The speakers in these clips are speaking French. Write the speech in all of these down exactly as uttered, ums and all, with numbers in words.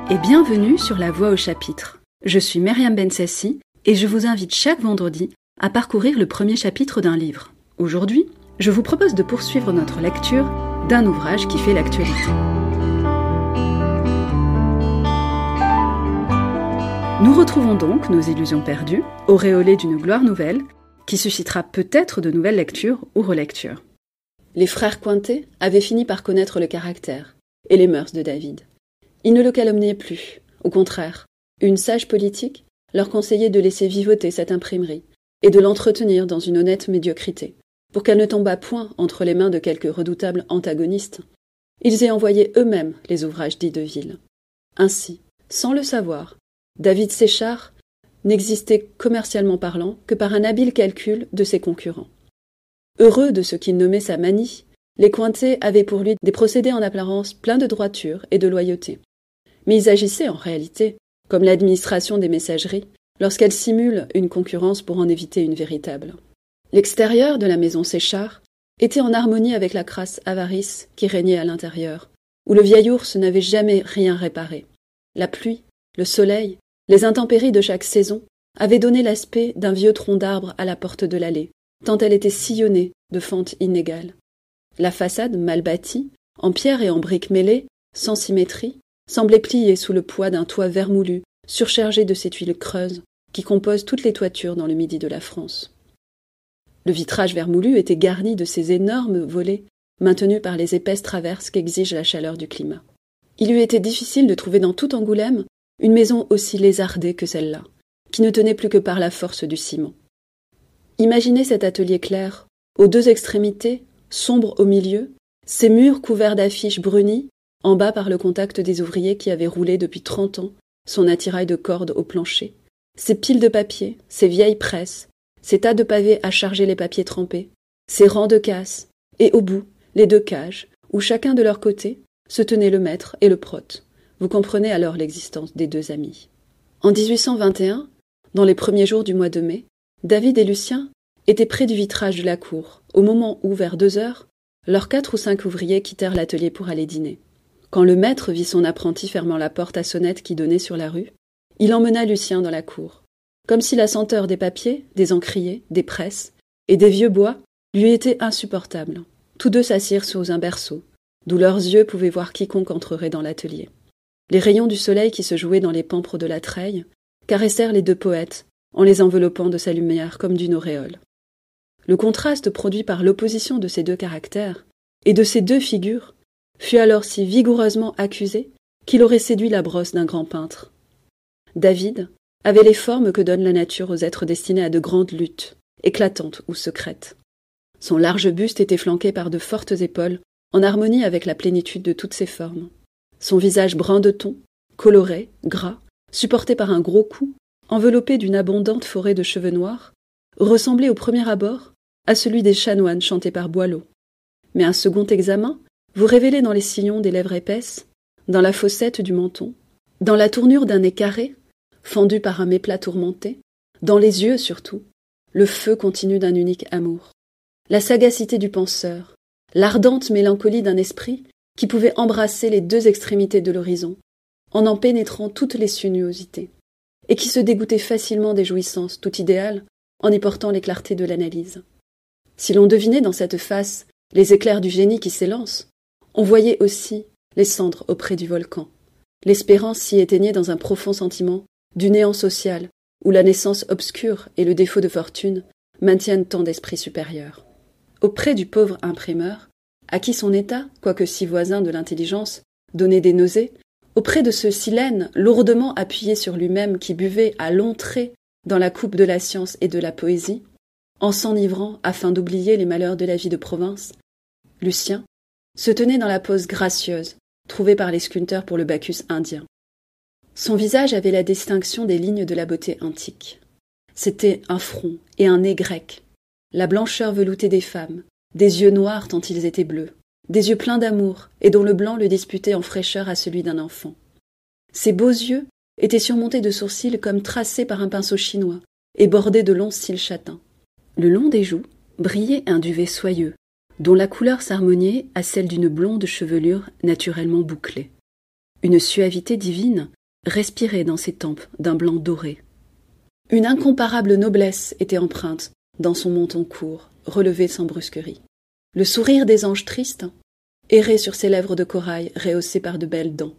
et bienvenue sur La Voix au chapitre. Je suis Myriam Bensassi et je vous invite chaque vendredi à parcourir le premier chapitre d'un livre. Aujourd'hui, je vous propose de poursuivre notre lecture d'un ouvrage qui fait l'actualité. Nous retrouvons donc nos illusions perdues, auréolées d'une gloire nouvelle, qui suscitera peut-être de nouvelles lectures ou relectures. Les frères Cointet avaient fini par connaître le caractère et les mœurs de David. Ils ne le calomniaient plus. Au contraire, une sage politique leur conseillait de laisser vivoter cette imprimerie et de l'entretenir dans une honnête médiocrité, pour qu'elle ne tombât point entre les mains de quelques redoutables antagonistes. Ils aient envoyé eux-mêmes les ouvrages dits de ville. Ainsi, sans le savoir, David Séchard n'existait commercialement parlant que par un habile calcul de ses concurrents. Heureux de ce qu'il nommait sa manie, les Cointet avaient pour lui des procédés en apparence pleins de droiture et de loyauté. Mais ils agissaient en réalité comme l'administration des messageries lorsqu'elle simule une concurrence pour en éviter une véritable. L'extérieur de la maison Séchard était en harmonie avec la crasse avarice qui régnait à l'intérieur, où le vieil ours n'avait jamais rien réparé. La pluie, le soleil, les intempéries de chaque saison avaient donné l'aspect d'un vieux tronc d'arbre à la porte de l'allée, tant elle était sillonnée de fentes inégales. La façade, mal bâtie, en pierre et en briques mêlées, sans symétrie, semblait pliée sous le poids d'un toit vermoulu, surchargé de ces tuiles creuses qui composent toutes les toitures dans le midi de la France. Le vitrage vermoulu était garni de ces énormes volets maintenus par les épaisses traverses qu'exige la chaleur du climat. Il eût été difficile de trouver dans tout Angoulême une maison aussi lézardée que celle-là, qui ne tenait plus que par la force du ciment. Imaginez cet atelier clair, aux deux extrémités, sombre au milieu, ses murs couverts d'affiches brunies, en bas par le contact des ouvriers qui avaient roulé depuis trente ans son attirail de cordes au plancher, ses piles de papier, ses vieilles presses, ses tas de pavés à charger les papiers trempés, ses rangs de casses, et au bout, les deux cages, où chacun de leur côté se tenait le maître et le prote. Vous comprenez alors l'existence des deux amis. En dix-huit cent vingt et un, dans les premiers jours du mois de mai, David et Lucien étaient près du vitrage de la cour, au moment où, vers deux heures, leurs quatre ou cinq ouvriers quittèrent l'atelier pour aller dîner. Quand le maître vit son apprenti fermant la porte à sonnette qui donnait sur la rue, il emmena Lucien dans la cour, comme si la senteur des papiers, des encriers, des presses et des vieux bois lui était insupportable. Tous deux s'assirent sous un berceau, d'où leurs yeux pouvaient voir quiconque entrerait dans l'atelier. Les rayons du soleil qui se jouaient dans les pampres de la treille caressèrent les deux poètes en les enveloppant de sa lumière comme d'une auréole. Le contraste produit par l'opposition de ces deux caractères et de ces deux figures fut alors si vigoureusement accusé qu'il aurait séduit la brosse d'un grand peintre. David avait les formes que donne la nature aux êtres destinés à de grandes luttes, éclatantes ou secrètes. Son large buste était flanqué par de fortes épaules, en harmonie avec la plénitude de toutes ses formes. Son visage brun de thon, coloré, gras, supporté par un gros cou, enveloppé d'une abondante forêt de cheveux noirs, ressemblait au premier abord à celui des chanoines chantés par Boileau. Mais un second examen vous révélait dans les sillons des lèvres épaisses, dans la fossette du menton, dans la tournure d'un nez carré, fendu par un méplat tourmenté, dans les yeux surtout, le feu continu d'un unique amour, la sagacité du penseur, l'ardente mélancolie d'un esprit qui pouvait embrasser les deux extrémités de l'horizon, en en pénétrant toutes les sinuosités, et qui se dégoûtait facilement des jouissances tout idéales en y portant les clartés de l'analyse. Si l'on devinait dans cette face les éclairs du génie qui s'élance, on voyait aussi les cendres auprès du volcan. L'espérance s'y éteignait dans un profond sentiment du néant social, où la naissance obscure et le défaut de fortune maintiennent tant d'esprit supérieur. Auprès du pauvre imprimeur, à qui son état, quoique si voisin de l'intelligence, donnait des nausées, auprès de ce silène lourdement appuyé sur lui-même qui buvait à longs traits dans la coupe de la science et de la poésie, en s'enivrant afin d'oublier les malheurs de la vie de province, Lucien se tenait dans la pose gracieuse, trouvée par les sculpteurs pour le Bacchus indien. Son visage avait la distinction des lignes de la beauté antique. C'était un front et un nez grec, la blancheur veloutée des femmes, des yeux noirs tant ils étaient bleus, des yeux pleins d'amour et dont le blanc le disputait en fraîcheur à celui d'un enfant. Ses beaux yeux étaient surmontés de sourcils comme tracés par un pinceau chinois et bordés de longs cils châtains. Le long des joues brillait un duvet soyeux, dont la couleur s'harmoniait à celle d'une blonde chevelure naturellement bouclée. Une suavité divine respirait dans ses tempes d'un blanc doré. Une incomparable noblesse était empreinte dans son menton court, relevé sans brusquerie. Le sourire des anges tristes errait sur ses lèvres de corail rehaussées par de belles dents.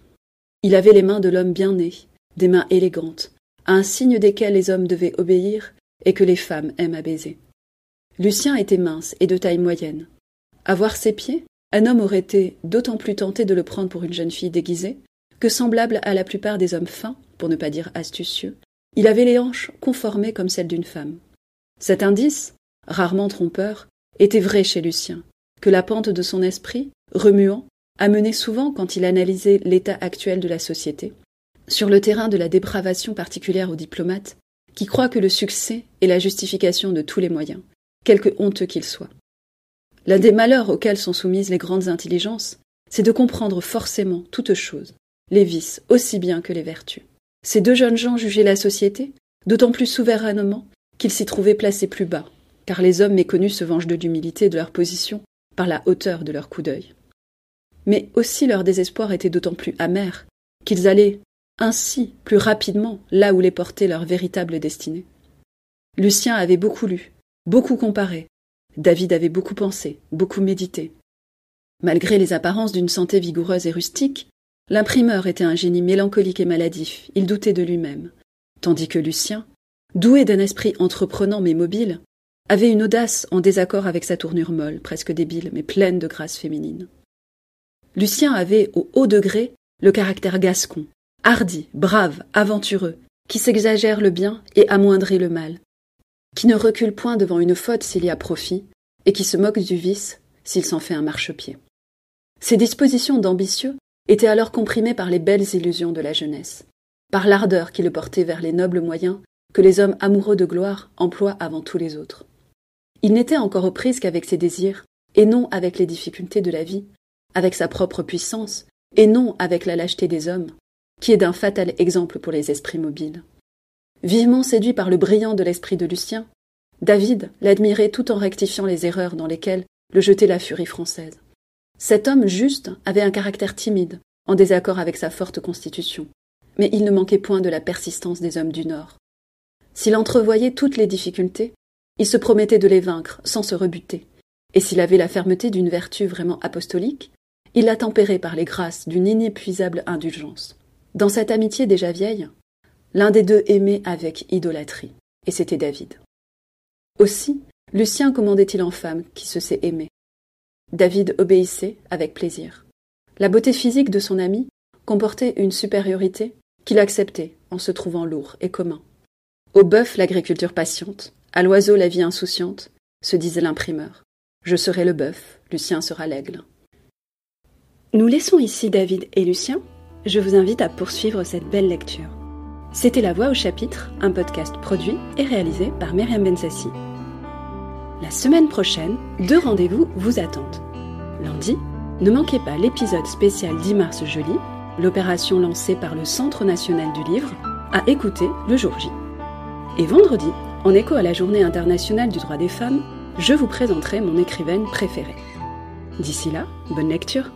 Il avait les mains de l'homme bien né, des mains élégantes, à un signe desquelles les hommes devaient obéir et que les femmes aiment à baiser. Lucien était mince et de taille moyenne. À voir ses pieds, un homme aurait été d'autant plus tenté de le prendre pour une jeune fille déguisée que, semblable à la plupart des hommes fins, pour ne pas dire astucieux, il avait les hanches conformées comme celles d'une femme. Cet indice, rarement trompeur, était vrai chez Lucien, que la pente de son esprit, remuant, amenait souvent, quand il analysait l'état actuel de la société, sur le terrain de la dépravation particulière aux diplomates, qui croient que le succès est la justification de tous les moyens, quelque honteux qu'ils soient. L'un des malheurs auxquels sont soumises les grandes intelligences, c'est de comprendre forcément toutes choses, les vices aussi bien que les vertus. Ces deux jeunes gens jugeaient la société, d'autant plus souverainement qu'ils s'y trouvaient placés plus bas, car les hommes méconnus se vengent de l'humilité de leur position par la hauteur de leur coup d'œil. Mais aussi leur désespoir était d'autant plus amer qu'ils allaient ainsi plus rapidement là où les portait leur véritable destinée. Lucien avait beaucoup lu, beaucoup comparé. David avait beaucoup pensé, beaucoup médité. Malgré les apparences d'une santé vigoureuse et rustique, l'imprimeur était un génie mélancolique et maladif, il doutait de lui-même, tandis que Lucien, doué d'un esprit entreprenant mais mobile, avait une audace en désaccord avec sa tournure molle, presque débile, mais pleine de grâce féminine. Lucien avait, au haut degré, le caractère gascon, hardi, brave, aventureux, qui s'exagère le bien et amoindrit le mal, qui ne recule point devant une faute s'il y a profit, et qui se moque du vice s'il s'en fait un marchepied. Ses dispositions d'ambitieux étaient alors comprimées par les belles illusions de la jeunesse, par l'ardeur qui le portait vers les nobles moyens que les hommes amoureux de gloire emploient avant tous les autres. Il n'était encore aux prises qu'avec ses désirs, et non avec les difficultés de la vie, avec sa propre puissance, et non avec la lâcheté des hommes, qui est d'un fatal exemple pour les esprits mobiles. Vivement séduit par le brillant de l'esprit de Lucien, David l'admirait tout en rectifiant les erreurs dans lesquelles le jetait la furie française. Cet homme juste avait un caractère timide, en désaccord avec sa forte constitution, mais il ne manquait point de la persistance des hommes du Nord. S'il entrevoyait toutes les difficultés, il se promettait de les vaincre sans se rebuter, et s'il avait la fermeté d'une vertu vraiment apostolique, il la tempérait par les grâces d'une inépuisable indulgence. Dans cette amitié déjà vieille, l'un des deux aimait avec idolâtrie, et c'était David. Aussi, Lucien commandait-il en femme qui se sait aimer. David obéissait avec plaisir. La beauté physique de son ami comportait une supériorité qu'il acceptait en se trouvant lourd et commun. Au bœuf l'agriculture patiente, à l'oiseau la vie insouciante, se disait l'imprimeur. Je serai le bœuf, Lucien sera l'aigle. Nous laissons ici David et Lucien. Je vous invite à poursuivre cette belle lecture. C'était La Voix au chapitre, un podcast produit et réalisé par Myriam Bensassi. La semaine prochaine, deux rendez-vous vous attendent. Lundi, ne manquez pas l'épisode spécial dix mars je lis, l'opération lancée par le Centre national du livre, à écouter le jour J. Et vendredi, en écho à la Journée internationale du droit des femmes, je vous présenterai mon écrivaine préférée. D'ici là, bonne lecture.